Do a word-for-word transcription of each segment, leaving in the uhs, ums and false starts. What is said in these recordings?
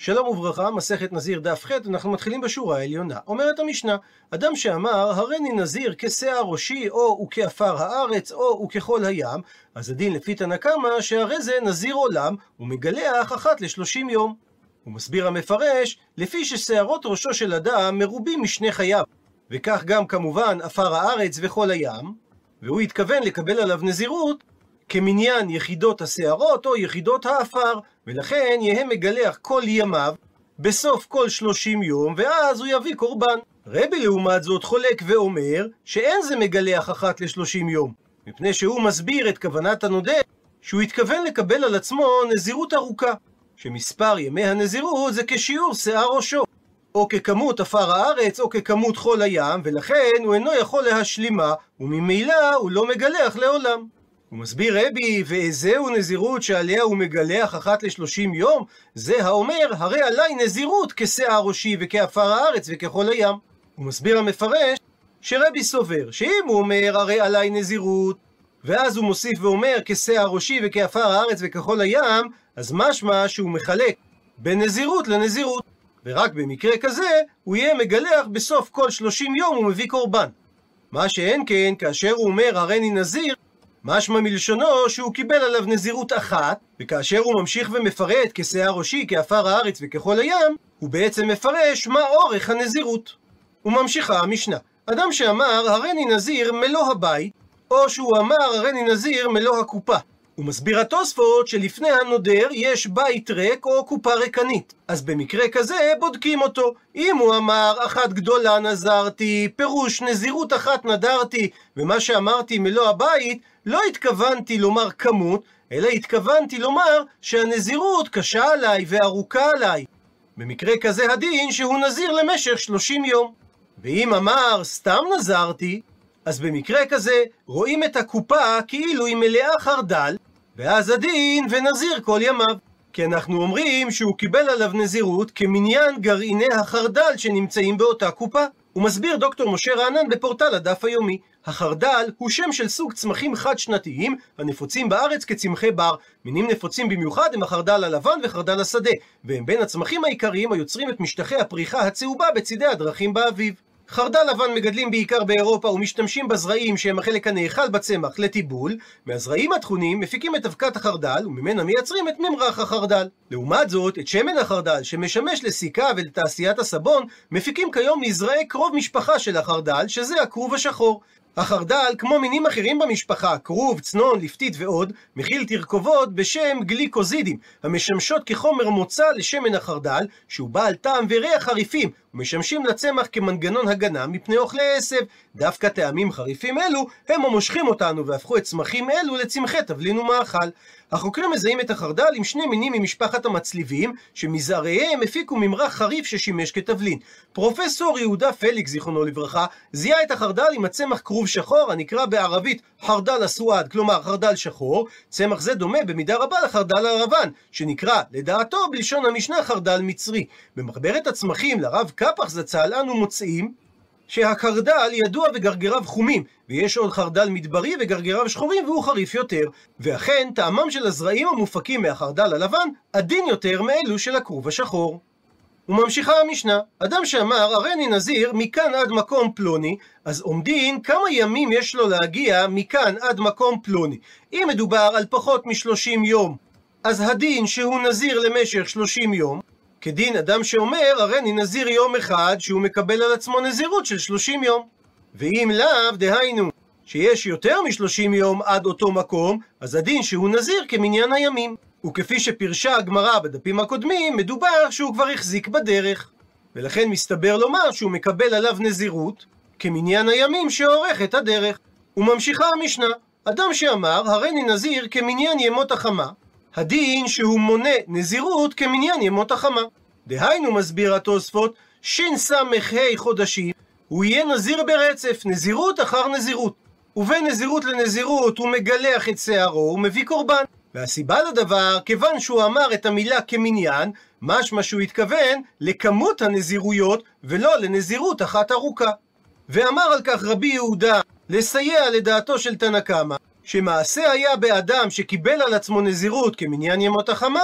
שלום וברכה, מסכת נזיר דף ח', אנחנו מתחילים בשורה העליונה. אומרת המשנה, אדם שאמר, הריני נזיר כשיער ראשי, או וכעפר הארץ, או וככל הים, אז הדין לפי תנא קמא שהרי זה נזיר עולם, ומגלח אחת לשלושים יום. הוא מסביר המפרש, לפי ששערות ראשו של אדם מרובים משני חייו, וכך גם כמובן עפר הארץ וכל הים, והוא התכוון לקבל עליו נזירות, כמניין יחידות השערות או יחידות האפר, ולכן יהיה מגלח כל ימיו בסוף כל שלושים יום, ואז הוא יביא קורבן. רבי לעומת זאת חולק ואומר שאין זה מגלח אחת לשלושים יום, מפני שהוא מסביר את כוונת הנודר שהוא התכוון לקבל על עצמו נזירות ארוכה, שמספר ימי הנזירות זה כשיעור שיער ראשו, או ככמות עפר הארץ או ככמות חול הים, ולכן הוא אינו יכול להשלימה, וממילא הוא לא מגלח לעולם. הוא מסביר רבי, ואיזהו נזירות שעליה הוא מגלח אחת לשלושים יום? זה האומר, הרי עליי נזירות כשיער ראשי וכעפר הארץ וככל הים. הוא מסביר המפרש שרבי סובר שאם הוא אומר הרי עליי נזירות, ואז הוא מוסיף ואומר כשיער ראשי וכעפר הארץ וככל הים, אז משמע שהוא מחלק בין נזירות לנזירות, ורק במקרה כזה הוא יהיה מגלח בסוף כל שלושים יום ומביא קורבן. מה שאין כן כאשר הוא אומר הריני נזיר, משמע מלשונו שהוא קיבל עליו נזירות אחת, וכאשר הוא ממשיך ומפרט כשיער ראשי, כעפר הארץ וככל הים, הוא בעצם מפרש מה אורך הנזירות. וממשיכה המשנה, אדם שאמר הריני נזיר מלוא הבית, או שהוא אמר הריני נזיר מלוא הקופה. הוא מסביר התוספות שלפני הנודר יש בית ריק או קופה ריקנית, אז במקרה כזה בודקים אותו. אם הוא אמר אחת גדולה נזרתי, פירוש נזירות אחת נדרתי, ומה שאמרתי מלוא הבית, לא התכוונתי לומר כמות, אלא התכוונתי לומר שהנזירות קשה עליי וארוכה עליי. במקרה כזה הדין שהוא נזיר למשך שלושים יום. ואם אמר סתם נזרתי, אז במקרה כזה רואים את הקופה כאילו היא מלאה חרדל, ואז הדין ונזיר כל ימיו. כי אנחנו אומרים שהוא קיבל עליו נזירות כמניין גרעיני החרדל שנמצאים באותה קופה. הוא מסביר דוקטור משה רענן בפורטל הדף היומי. החרדל הוא שם של סוג צמחים חד שנתיים הנפוצים בארץ כצמחי בר. מינים נפוצים במיוחד הם החרדל הלבן וחרדל השדה, והם בין הצמחים העיקריים היוצרים את משטחי הפריחה הצהובה בצידי הדרכים באביב. חרדל לבן מגדלים בעיקר באירופה ומשתמשים בזרעים שהם החלק הנאכל בצמח לטיבול. מהזרעים התכונים מפיקים את אבקת החרדל וממנה מייצרים את ממרח החרדל. לעומת זאת, את שמן החרדל שמשמש לסיכה ולתעשיית הסבון מפיקים כיום מזרעי קרוב משפחה של החרדל, שזה הכרוב השחור. החרדל, כמו מינים אחרים במשפחה, כרוב, צנון, לפתית ועוד, מכיל תרכובות בשם גליקוזידים, המשמשות כחומר מוצא לשמן החרדל, שהוא בעל טעם וריח חריפים, ומשמשים לצמח כמנגנון הגנה מפני אוכלי עשב. דווקא טעמים חריפים אלו הם המושכים אותנו והפכו את צמחים אלו לצמחי תבלין ומאכל. החוקרים מזהים את החרדל עם שני מינים ממשפחת המצליבים, שמזרעיהם הפיקו ממרח חריף ששימש כתבלין. פרופסור יהודה פליקס זיכרונו לברכה זיהה את החרדל עם הצמח כרוב שחור הנקרא בערבית חרדל אסואד, כלומר חרדל שחור. צמח זה דומה במידה רבה לחרדל הלבן, שנקרא לדעתו בלשון המשנה חרדל מצרי. במחברת הצמחים לרב קפח זצ"ל אנו מוצאים שהחרדל ידוע וגרגריו חומים, ויש עוד חרדל מדברי וגרגריו שחורים והוא חריף יותר, ואכן טעמם של הזרעים המופקים מהחרדל הלבן עדין יותר מאלו של הכרוב השחור. וממשיכה המשנה, אדם שאמר הריני נזיר מכאן עד מקום פלוני, אז עומדין כמה ימים יש לו להגיע מכאן עד מקום פלוני. אם מדובר על פחות משלושים יום, אז הדין שהוא נזיר למשך שלושים יום, כדין אדם שאומר הריני נזיר יום אחד שהוא מקבל על עצמו נזירות של שלושים יום. ואם לאו, דהיינו שיש יותר משלושים יום עד אותו מקום, אז הדין שהוא נזיר כמניין הימים. וכפי שפרשה הגמרא בדפים הקודמים, מדובר שהוא כבר החזיק בדרך, ולכן מסתבר לומר שהוא מקבל עליו נזירות כמניין הימים שעורך את הדרך. וממשיכה המשנה, אדם שאמר הריני נזיר כמניין ימות החמה, הדין שהוא מונה נזירות כמניין ימות החמה. דהיינו, מסביר התוספות, שין סמך ה' חודשים הוא יהיה נזיר ברצף, נזירות אחר נזירות, ובין נזירות לנזירות הוא מגלח את שערו ומביא קורבן. והסיבה לדבר, כיוון שהוא אמר את המילה כמניין, משמע שהוא התכוון לכמות הנזירויות ולא לנזירות אחת ארוכה. ואמר על כך רבי יהודה לסייע לדעתו של תנא קמא, שמעשה היה באדם שקיבל על עצמו נזירות כמניין ימות החמה,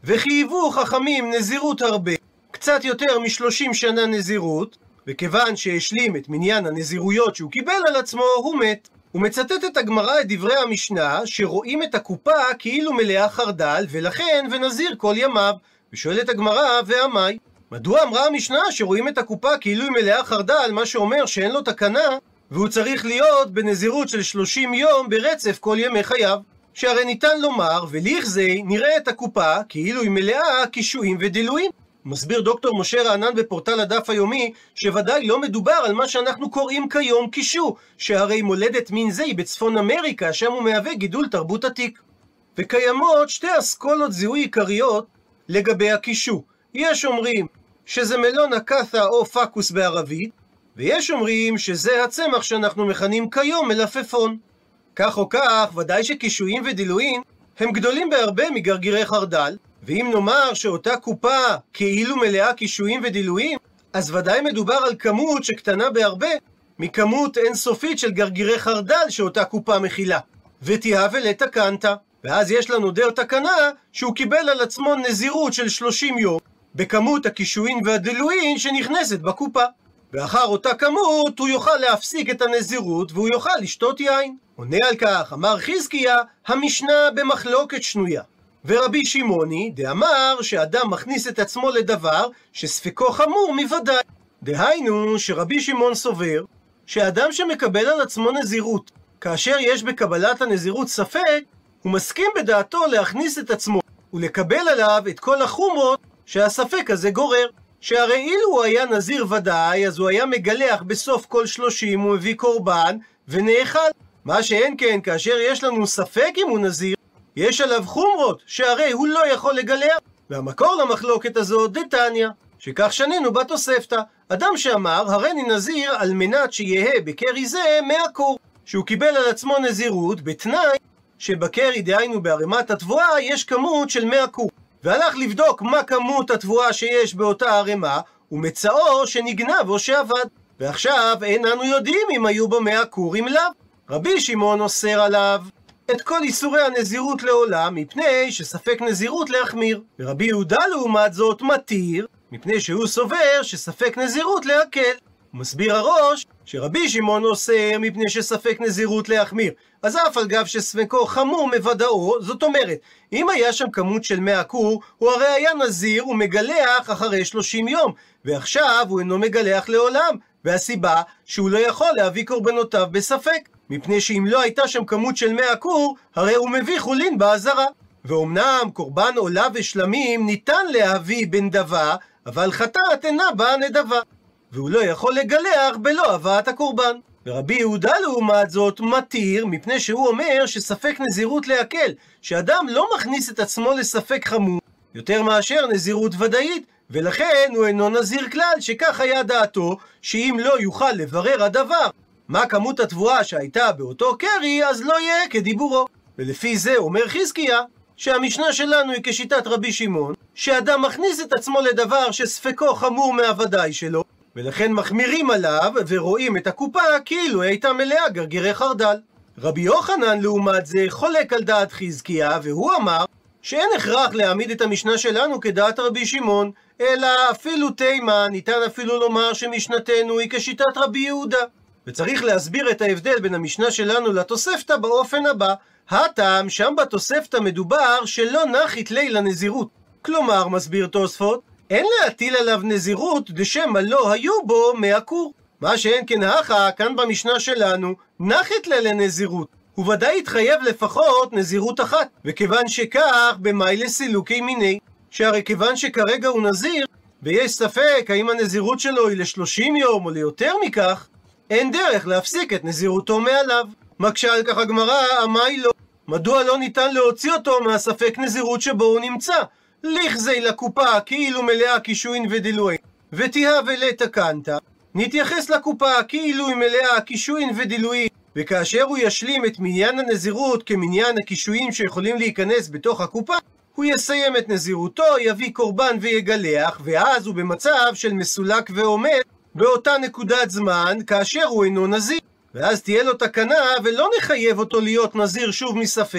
וחייבו חכמים נזירות הרבה, קצת יותר משלושים שנה נזירות, וכיוון שהשלים את מניין הנזירויות שהוא קיבל על עצמו, הוא מת. הוא מצטט את הגמרא את דברי המשנה, שרואים את הקופה כאילו מלאה חרדל, ולכן ונזיר כל ימיו. ושואלת הגמרא, ועמי? מדוע אמרה המשנה שרואים את הקופה כאילו היא מלאה חרדל, מה שאומר שאין לו תקנה, והוא צריך להיות בנזירות של שלושים יום ברצף כל ימי חייו? שהרי ניתן לומר, ולכזה נראה את הקופה כאילו היא מלאה קישואים ודילויים. מסביר דוקטור משה רענן בפורטל הדף היומי, שוודאי לא מדובר על מה שאנחנו קוראים כיום קישו, שהרי מולדת מין זה היא בצפון אמריקה, שם הוא מהווה גידול תרבות עתיק. וקיימות שתי אסכולות זיהוי עיקריות לגבי הקישו. יש אומרים שזה מלון הקת'ה או פקוס בערבית, ויש אומרים שזה הצמח שאנחנו מכנים כיום מלפפון. כך או כך, ודאי שקישואים ודילויים הם גדולים בהרבה מגרגירי חרדל, ואם נאמר שאותה קופה כאילו מלאה קישואים ודילויים, אז ודאי מדובר על כמות שקטנה בהרבה מכמות אינסופית של גרגירי חרדל שאותה קופה מכילה. ותיהווה לתקנת, ואז יש לנו דר תקנה שהוא קיבל על עצמו נזירות של שלושים יום בכמות הקישואים והדילויים שנכנסת בקופה. ואחר אותה כמות הוא יוכל להפסיק את הנזירות והוא יוכל לשתות יין. עונה על כך, אמר חזקיה, המשנה במחלוקת שנויה. ורבי שמעוני דאמר שאדם מכניס את עצמו לדבר שספקו חמור מוודאי. דהיינו שרבי שמעון סובר שאדם שמקבל על עצמו נזירות, כאשר יש בקבלת הנזירות ספק, הוא מסכים בדעתו להכניס את עצמו ולקבל עליו את כל החומרות שהספק הזה גורר. שהרי אילו הוא היה נזיר ודאי, אז הוא היה מגלח בסוף כל שלושים, הוא מביא קורבן ונאכל. מה שאין כן, כאשר יש לנו ספק אם הוא נזיר, יש עליו חומרות, שהרי הוא לא יכול לגלח. והמקור למחלוקת הזאת דתניא, שכך שנינו בתוספתא, אדם שאמר, הריני נזיר על מנת שיהא בקרי זה מהקור, שהוא קיבל על עצמו נזירות בתנאי שבקרי, דהיינו בערימת התבואה, יש כמות של מאה קור. והלך לבדוק מה כמות התבואה שיש באותה ערימה, ומצאו שנגנב או שעבד. ועכשיו אין אנו יודעים אם היו בו מאה קור אם לאו. רבי שמעון אוסר עליו את כל איסורי הנזירות לעולם, מפני שספק נזירות להחמיר. ורבי יהודה לעומת זאת מתיר, מפני שהוא סובר שספק נזירות להקל. הוא מסביר הראש שרבי שמעון אוסר מפני שספק נזירות להחמיר, אז אף על גב שספקו חמור מוודאו, זאת אומרת, אם היה שם כמות של מאה קור, הוא הרי היה נזיר ומגלח אחרי שלושים יום, ועכשיו הוא אינו מגלח לעולם, והסיבה שהוא לא יכול להביא קורבנותיו בספק, מפני שאם לא הייתה שם כמות של מאה קור, הרי הוא מביא חולין בעזרה. ואומנם קורבן עולה ושלמים ניתן להביא בנדבה, אבל חטאת אינה באה נדבה, והוא לא יכול לגלח בלא הבאת הקורבן. ורבי יהודה לעומת זאת מתיר, מפני שהוא אומר שספק נזירות להקל, שאדם לא מכניס את עצמו לספק חמור יותר מאשר נזירות ודאית, ולכן הוא אינו נזיר כלל, שכך היה דעתו, שאם לא יוכל לברר הדבר מה כמות התבואה שהייתה באותו קרי, אז לא יהיה כדיבורו. ולפי זה אומר חזקיה שהמשנה שלנו היא כשיטת רבי שמעון, שאדם מכניס את עצמו לדבר שספקו חמור מהוודאי שלו, ולכן מחמירים עליו ורואים את הקופה כאילו הייתה מלאה גרגירי חרדל. רבי יוחנן לעומת זה חולק על דעת חזקיה, והוא אמר שאין הכרח להעמיד את המשנה שלנו כדעת רבי שמעון, אלא אפילו תימה, ניתן אפילו לומר שמשנתנו היא כשיטת רבי יהודה. וצריך להסביר את ההבדל בין המשנה שלנו לתוספתא באופן הבא. הטעם שם בתוספתא מדובר שלא נחית לילה נזירות, כלומר, מסביר תוספות, אין להטיל עליו נזירות דשמא לא היו בו מאה קור. מה שאין כן הכה, כאן במשנה שלנו נחית לילה נזירות, הוא ודאי התחייב לפחות נזירות אחת, וכיוון שכך במאי לסילוקי מיני, שהרי כיוון שכרגע הוא נזיר ויש ספק האם הנזירות שלו היא לשלושים יום או ליותר מכך, אין דרך להפסיק את נזירותו מעליו. מקשה על כך הגמרא, אמי לא, מדוע לא ניתן להוציא אותו מהספק נזירות שבו הוא נמצא? לכזי לקופה כאילו מלאה קישואין ודילויים, ותיהווה לתקנת, נתייחס לקופה כאילו היא מלאה קישואין ודילויים, וכאשר הוא ישלים את מניין הנזירות כמניין הקישואין שיכולים להיכנס בתוך הקופה, הוא יסיים את נזירותו, יביא קורבן ויגלח, ואז הוא במצב של מסולק ועומד באותה נקודת זמן כאשר הוא אינו נזיר. ואז תהיה לו תקנה ולא נחייב אותו להיות נזיר שוב מספק,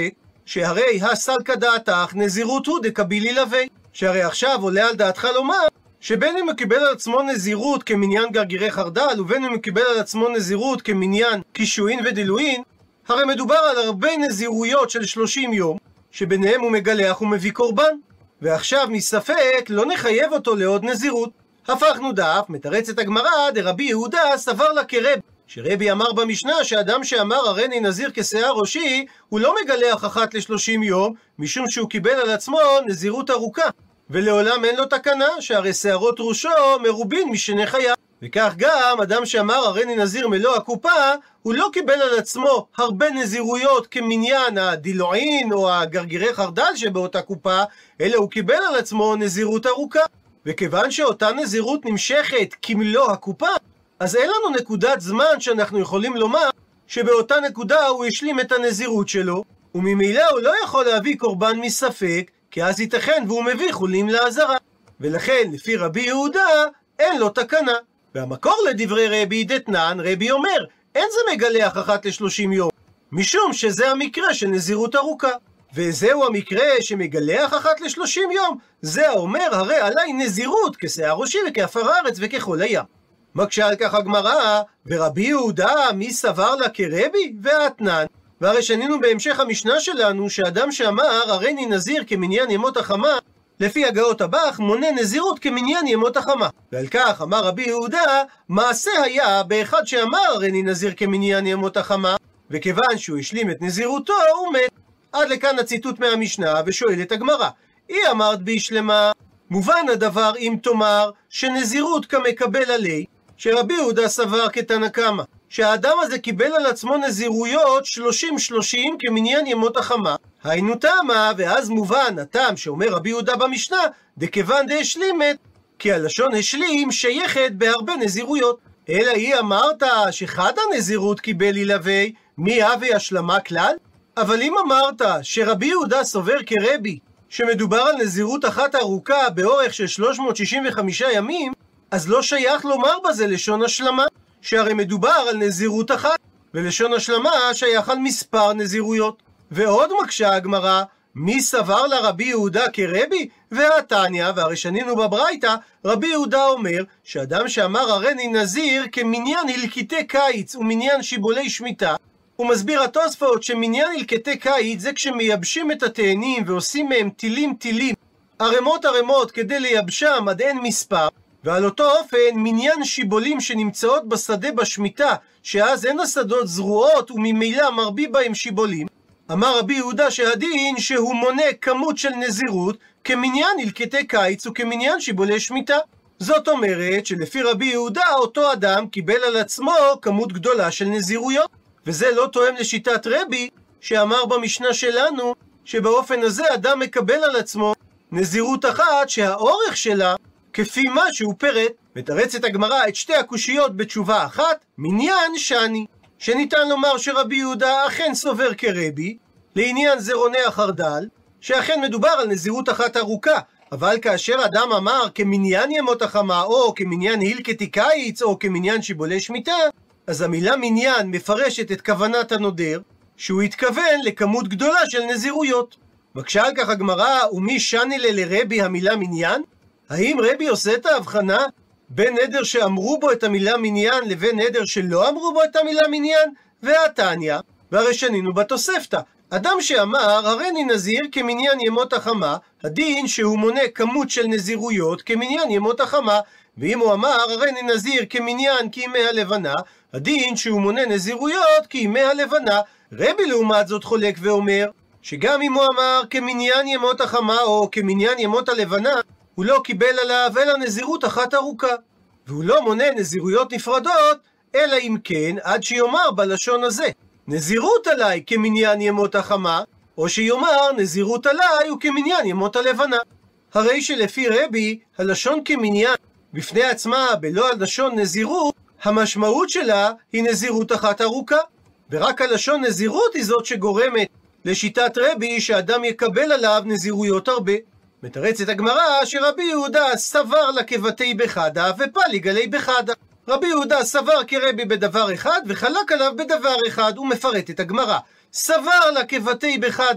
שהרי הסלקא דעתך נזירות הוא דקבילי לוי, שהרי עכשיו עולה על דעתך לומר שבין אם הוא קיבל על עצמו נזירות כמניין גרגירי חרדל ובין אם הוא קיבל על עצמו נזירות כמניין קישואין ודילואין, הרי מדובר על הרבה נזירויות של שלושים יום שביניהם הוא מגלח ומביא קורבן, ועכשיו מספק לא נחייב אותו לעוד נזירות. הפכנו דף, מתרצת הגמרא דרבי יהודה סבר לה כרב, שרבי אמר במשנה שאדם שאמר הריני נזיר כשיער ראשי הוא לא מגלח אחת לשלושים יום משום שהוא קיבל על עצמו נזירות ארוכה, ולעולם אין לו תקנה שהרי שערות ראשו מרובין משני חייו. וכך גם אדם שאמר הריני נזיר מלוא הקופה הוא לא קיבל על עצמו הרבה נזירויות כמניין הדילועין או הגרגירי חרדל שבאותה קופה, אלא הוא קיבל על עצמו נזירות ארוכה. וכיוון שאותה נזירות נמשכת כמלוא הקופה, אז אין לנו נקודת זמן שאנחנו יכולים לומר שבאותה נקודה הוא השלים את הנזירות שלו, וממילא הוא לא יכול להביא קורבן מספק, כי אז ייתכן והוא מביא חולין לעזרה. ולכן לפי רבי יהודה אין לו תקנה. והמקור לדברי רבי דתנן, רבי אומר אין זה מגלח אחת לשלושים יום, משום שזה המקרה של נזירות ארוכה. וזהו המקרה שמגלח אחת לשלושים יום, זה האומר הרי עליי נזירות כשיער ראשי וכעפר הארץ וככל הים. מקשה על כך הגמרא, ורבי יהודה מי סבר לה כרבי ואתנן. והרי שנינו בהמשך המשנה שלנו שאדם שאמר הריני נזיר כמניין ימות החמה, לפי הגאות הבח מונה נזירות כמניין ימות החמה. ועל כך אמר רבי יהודה מעשה היה באחד שאמר הריני נזיר כמניין ימות החמה, וכיוון שהוא השלים את נזירותו הוא מת. עד לכאן הציטוט מהמשנה, ושואלת הגמרא, היא אמרת בישלמה, מובן הדבר אם תאמר שנזירות כמקבל עלי, שרבי יהודה סבר כתנא קמא, שהאדם הזה קיבל על עצמו נזירויות שלושים שלושים כמניין ימות החמה, היינו תמה, ואז מובן הטעם שאומר רבי יהודה במשנה, דכיוון דהשלימת, כי הלשון השלים שייכת בהרבה נזירויות. אלא היא אמרת שחד הנזירות קיבל ילווה, מי הווה השלמה כלל? אבל אם אמרת שרבי יהודה סובר כרבי, שמדובר על נזירות אחת ארוכה באורך של שלוש מאות שישים וחמישה ימים, אז לא שייך לומר בזה לשון השלמה, שהרי מדובר על נזירות אחת, ולשון השלמה שייך על מספר נזירויות. ועוד מקשה הגמרא, מי סבר לרבי יהודה כרבי? והתניא, והרי שנינו בברייתא, רבי יהודה אומר שאדם שאמר הריני נזיר כמניין הלקיטי קיץ ומניין שיבולי שמיטה, הוא מסביר התוספות שמניין הלקטי קיץ זה כשמייבשים את התאנים ועושים מהם טילים טילים, ערמות ערמות כדי לייבשם עד אין מספר, ועל אותו אופן מניין שיבולים שנמצאות בשדה בשמיטה, שאז אין השדות זרועות וממילא מרבי בהם שיבולים, אמר רבי יהודה שהדין שהוא מונה כמות של נזירות כמניין הלקטי קיץ וכמניין שיבולי שמיטה. זאת אומרת שלפי רבי יהודה אותו אדם קיבל על עצמו כמות גדולה של נזירויות, וזה לא תואם לשיטת רבי שאמר במשנה שלנו שבאופן הזה אדם מקבל על עצמו נזירות אחת שהאורך שלה כפי מה שהוא פרט. מתרצת הגמרא את שתי הקושיות בתשובה אחת, מניין שני, שניתן לומר שרבי יהודה אכן סובר כרבי לעניין זרוני החרדל, שאכן מדובר על נזירות אחת ארוכה, אבל כאשר אדם אמר כמניין ימות החמה או כמניין הלקטי קיץ או כמניין שיבולי שמיטה, אז המילה מניין מפרשת את כוונת הנודר שהוא התכוון לכמות גדולה של נזירויות. מקשה על כך הגמרא, ומי שני לרבי המילה מניין? האם רבי עושה את ההבחנה בין נדר שאמרו בו את המילה מניין לבין נדר שלא אמרו בו את המילה מניין? והתניא, והרי שנינו בתוספתא, אדם שאמר הריני נזיר כמניין ימות החמה, הדין שהוא מונה כמות של נזירויות כמניין ימות החמה, ואם הוא אמר הריני נזיר כמניין כימי הלבנה, הדין שהוא מונה נזירויות כימי הלבנה. רבי לעומת זאת חולק ואומר שגם אם הוא אמר כמניין ימות החמה או כמניין ימות הלבנה, הוא לא קיבל עליו אלא נזירות אחת ארוכה, והוא לא מונה נזירויות נפרדות, אלא אם כן עד שיאמר בלשון הזה נזירות עליי כמניין ימות החמה, או שיאמר נזירות עליי הוא כמניין ימות הלבנה. הרי שלפי רבי הלשון כמניין בפני עצמה בלא הלשון נזירות, המשמעות שלה היא נזירות אחת ארוכה, ורק הלשון נזירות היא זאת שגורמת לשיטת רבי שאדם יקבל עליו נזירויות הרבה. מתרצת הגמרא שרבי יהודה סבר לה כבתי בחדה ופליג עלי בחדה. רבי יהודה סבר כרבי בדבר אחד וחלק עליו בדבר אחד. הוא מפרט את הגמרא, סבר לה כבתי בחדה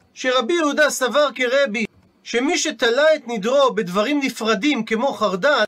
שרבי יהודה סבר כרבי, שמי שתלה את נדרו בדברים נפרדים כמו חרדל,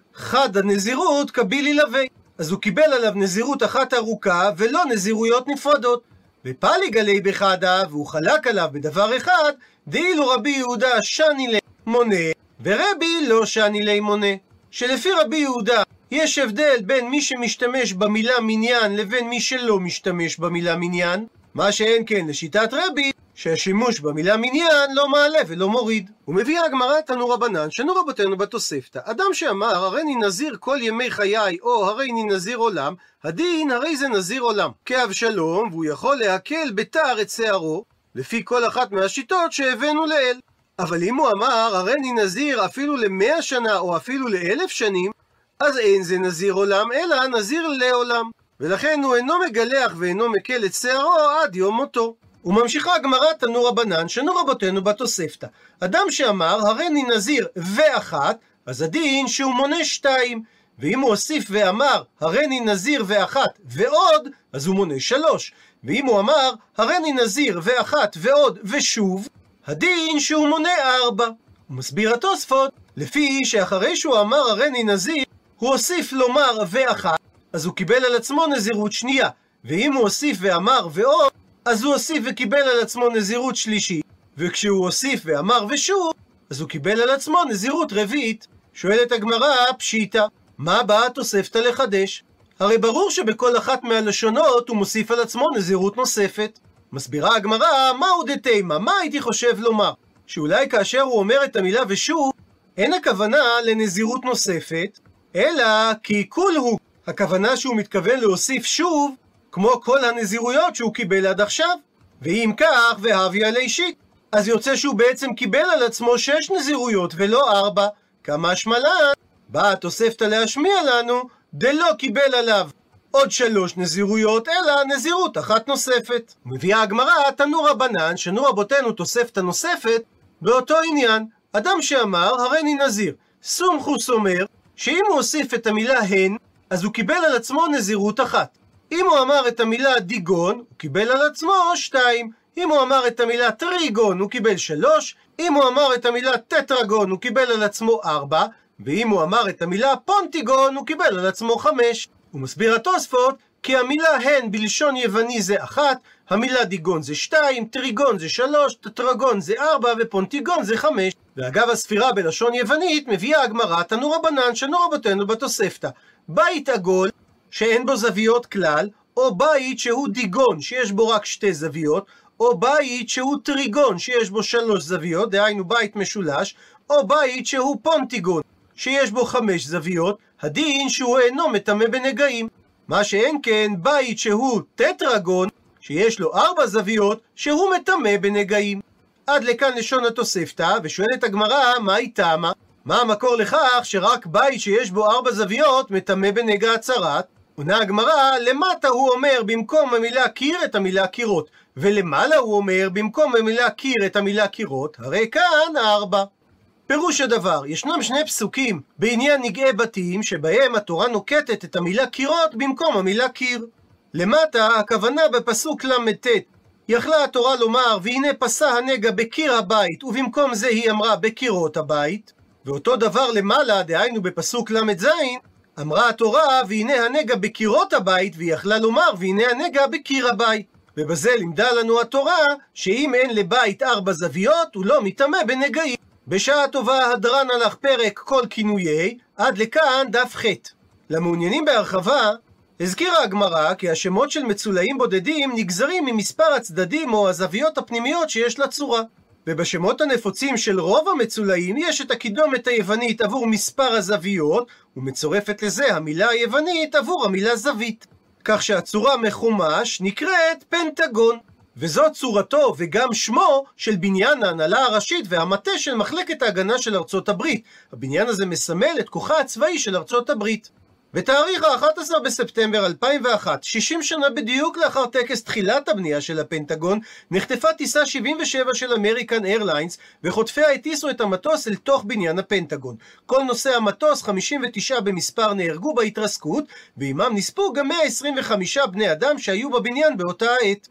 חד הנזירות קבילי לוי. אז הוא קיבל עליו נזירות אחת ארוכה ולא נזירויות נפרדות. ופליג עלי בחדה, והוא חלק עליו בדבר אחד, דאילו רבי יהודה שני לי מונה, ורבי לא שני לי מונה. שלפי רבי יהודה יש הבדל בין מי שמשתמש במילה מניין לבין מי שלא משתמש במילה מניין, מה שאין כן לשיטת רבי, שהשימוש במילה מניין לא מעלה ולא מוריד. ומביאה הגמרא תנו רבנן, שנו רבותינו בתוספתא, אדם שאמר הריני נזיר כל ימי חיי, או הריני נזיר עולם, הדין הרי זה נזיר עולם כאבשלום, והוא יכול להקל בתער את שערו, לפי כל אחת מהשיטות שהבאנו לאל. אבל אם הוא אמר הריני נזיר אפילו למאה שנה או אפילו לאלף שנים, אז אין זה נזיר עולם אלא נזיר לעולם, ולכן הוא אינו מגלח ואינו מקל את שערו עד יום מותו. וממשיכה הגמרא תנו רבנן, שנו רבותינו בתוספתא, אדם שאמר הריני נזיר ואחת, אז הדין שהוא מונה שתיים, ואם הוא הוסיף ואמר הריני נזיר ואחת ועוד, אז הוא מונה שלוש, ואם הוא אמר הריני נזיר ואחת ועוד ושוב, הדין שהוא מונה ארבע. הוא מסביר התוספות, לפי שאחרי שהוא אמר הריני נזיר, הוא הוסיף לומר ואחת, אז הוא קיבל על עצמו נזירות שנייה, ואם הוא הוסיף ואמר ועוד, אז הוא הוסיף וקיבל על עצמו נזירות שלישית, וכשהוא הוסיף ואמר ושוב, אז הוא קיבל על עצמו נזירות רביעית. שואלת הגמרא, פשיטא, מה באה התוספתא לחדש? הרי ברור שבכל אחת מהלשונות הוא מוסיף על עצמו נזירות נוספת. מסבירה הגמרא, מהו דתימה, מה הייתי חושב לומר? שאולי כאשר הוא אומר את המילה ושוב, אין הכוונה לנזירות נוספת, אלא כי כול הוא, הכוונה שהוא מתכוון להוסיף שוב, כמו כל הנזירויות שהוא קיבל עד עכשיו. ואם כך, והביא עלי שיט, אז יוצא שהוא בעצם קיבל על עצמו שש נזירויות ולא ארבע. כמה שמלן, באה התוספתא להשמיע לנו, דלא קיבל עליו עוד שלוש נזירויות, אלא נזירות אחת נוספת. מביאה הגמרא תנו רבנן, שנו רבותינו תוספתא נוספת, באותו עניין, אדם שאמר הריני נזיר, סומכוס אומר, שאם הוא הוסיף את המילה הן, אז הוא קיבל על עצמו נזירות אחת. אם הוא אמר את המילה דיגון, הוא קיבל על עצמו שתיים. אם הוא אמר את המילה טריגון, הוא קיבל שלוש. אם הוא אמר את המילה טטרגון, הוא קיבל על עצמו ארבע. ואם הוא אמר את המילה פונטיגון, הוא קיבל על עצמו חמש. הוא מסביר התוספות, כי המילה הן בלשון יווני זה אחת, המילה דיגון זה שתיים, טריגון זה שלוש, טטרגון זה ארבע, ופונטיגון זה חמש. ואגב הספירה בלשון יוונית, מביאה הגמרא תנו רבנן, שנו רבותינו בתוספתא, בית עגול, שאין בו זוויות כלל, או בית שהוא דיגון, שיש בו רק שתי זוויות, או בית שהוא טריגון, שיש בו שלוש זוויות, דהיינו בית משולש, או בית שהוא פונטיגון, שיש בו חמש זוויות, הדין שהוא אינו מטמא בנגעים. מה שאין כן בית שהוא טטרגון, שיש לו ארבע זוויות, שהוא מטמא בנגעים. עד לכאן לשון התוספתא, ושואלת הגמרא, מה היא טעמה? מה המקור לכך שרק בית שיש בו ארבע זוויות מטמא בנגע הצרת? עונה הגמרא, למטה הוא אומר במקום המילה קיר את המילה קירות, ולמעלה הוא אומר במקום המילה קיר את המילה קירות, הרי כאן ארבע. פירוש הדבר, ישנם שני פסוקים בעניין נגעי בתים שבהם התורה נוקטת את המילה קירות במקום המילה קיר. למטה הכוונה בפסוק למ"ט, יכלה התורה לומר והנה פסה הנגע בקיר הבית, ובמקום זה היא אמרה בקירות הבית. ואותו דבר למעלה, דהיינו בפסוק למ"ז, אמרה התורה והנה הנגע בקירות הבית, והיא יכלה לומר והנה הנגע בקיר הבית. ובזה לימדה לנו התורה שאם אין לבית ארבע זוויות הוא לא מטמא בנגעים. בשעה טובה הדרן הלך פרק כל כינויי, עד לכאן דף ח'. למעוניינים בהרחבה, הזכירה הגמרא כי השמות של מצולעים בודדים נגזרים ממספר הצדדים או הזוויות הפנימיות שיש לצורה. ובשמות הנפוצים של רוב המצולעים יש את הקידומת היוונית עבור מספר הזוויות, ומצורפת לזה המילה היוונית עבור המילה זווית. כך שהצורה מחומש נקראת פנטגון. וזו צורתו וגם שמו של בניין ההנהלה הראשית והמטה של מחלקת ההגנה של ארצות הברית. הבניין הזה מסמל את כוחה הצבאי של ארצות הברית. בתאריך ה-אחד עשר בספטמבר אלפיים ואחת, שישים שנה בדיוק לאחר טקס תחילת הבנייה של הפנטגון, נחטפה טיסה שבעים ושבע של אמריקן איירליינס, וחוטפיה הטיסו את המטוס אל תוך בניין הפנטגון. כל נוסעי המטוס, חמישים ותשע במספר, נהרגו בהתרסקות, ועימם נספו גם מאה עשרים וחמישה בני אדם שהיו בבניין באותה העת.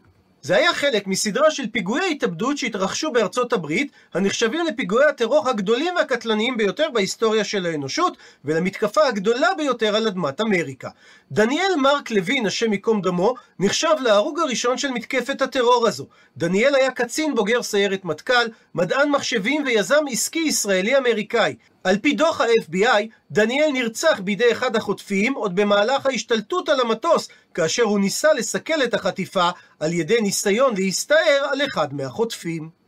זה היה חלק מסדרה של פיגועי התאבדות שהתרחשו בארצות הברית, הנחשבים לפיגועי הטרור הגדולים והקטלניים ביותר בהיסטוריה של האנושות, ולמתקפה הגדולה ביותר על אדמת אמריקה. דניאל מרק לוין, השם ייקום דמו, נחשב להרוג הראשון של מתקפת הטרור הזו. דניאל היה קצין בוגר סיירת מטכ"ל, מדען מחשבים ויזם עסקי ישראלי-אמריקאי. על פי דוח ה-אף בי איי, דניאל נרצח בידי אחד החוטפים עוד במהלך ההשתלטות על המטוס, כאשר הוא ניסה לסכל את החטיפה על ידי ניסיון להסתער על אחד מהחוטפים.